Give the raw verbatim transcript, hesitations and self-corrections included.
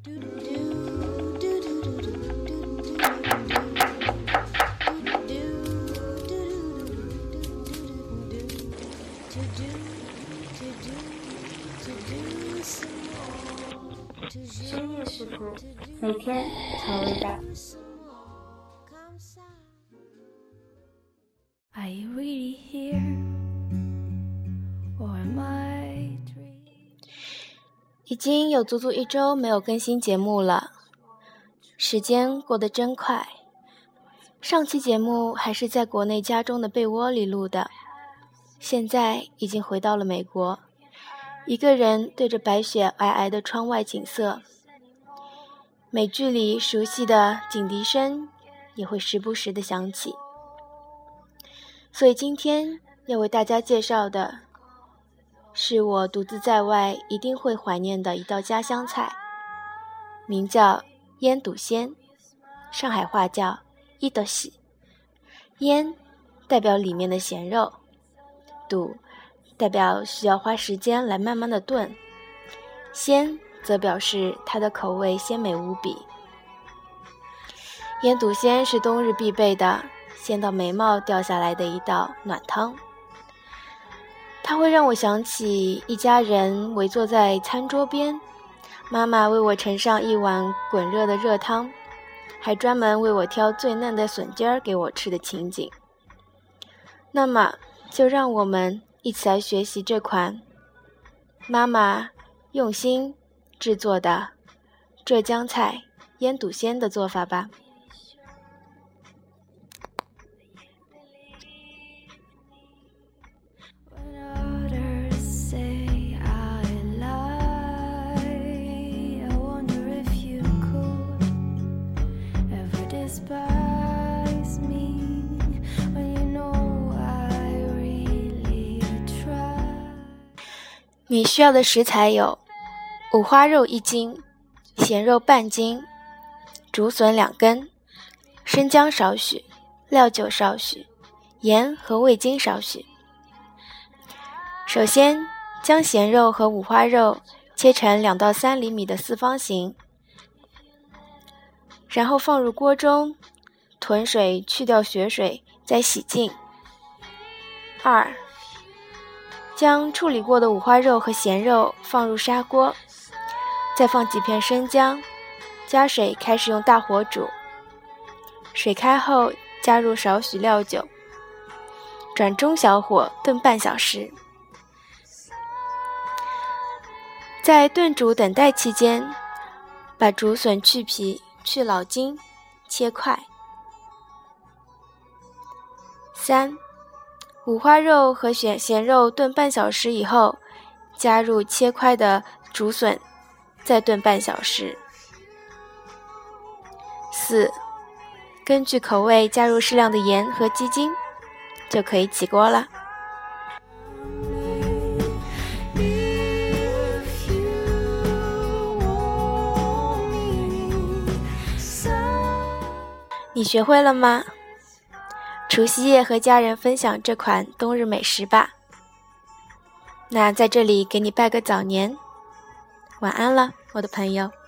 深夜食谱，每天调味道。 Are you really here? Or am I dreaming? 已经有足足一周没有更新节目了，时间过得真快。上期节目还是在国内家中的被窝里录的，现在已经回到了美国，一个人对着白雪皑皑的窗外景色，美剧里熟悉的警笛声也会时不时地响起。所以今天要为大家介绍的是我独自在外一定会怀念的一道家乡菜，名叫腌笃鲜，上海话叫伊德喜。腌代表里面的咸肉，笃代表需要花时间来慢慢的炖，鲜则表示它的口味鲜美无比。腌笃鲜是冬日必备的鲜到眉毛掉下来的一道暖汤，它会让我想起一家人围坐在餐桌边，妈妈为我盛上一碗滚热的热汤，还专门为我挑最嫩的笋尖儿给我吃的情景。那么就让我们一起来学习这款妈妈用心制作的浙江菜腌笃鲜的做法吧。你需要的食材有五花肉一斤，咸肉半斤，竹笋两根，生姜少许，料酒少许，盐和味精少许。首先将咸肉和五花肉切成两到三厘米的四方形，然后放入锅中，囤水去掉血水，再洗净。二将处理过的五花肉和咸肉放入砂锅，再放几片生姜，加水开始用大火煮，水开后加入少许料酒，转中小火炖半小时。在炖煮等待期间，把竹笋去皮去老筋，切块。三五花肉和咸咸肉炖半小时以后，加入切块的竹笋，再炖半小时。四根据口味加入适量的盐和鸡精，就可以起锅了。你学会了吗？除夕夜和家人分享这款冬日美食吧。那在这里给你拜个早年，晚安了，我的朋友。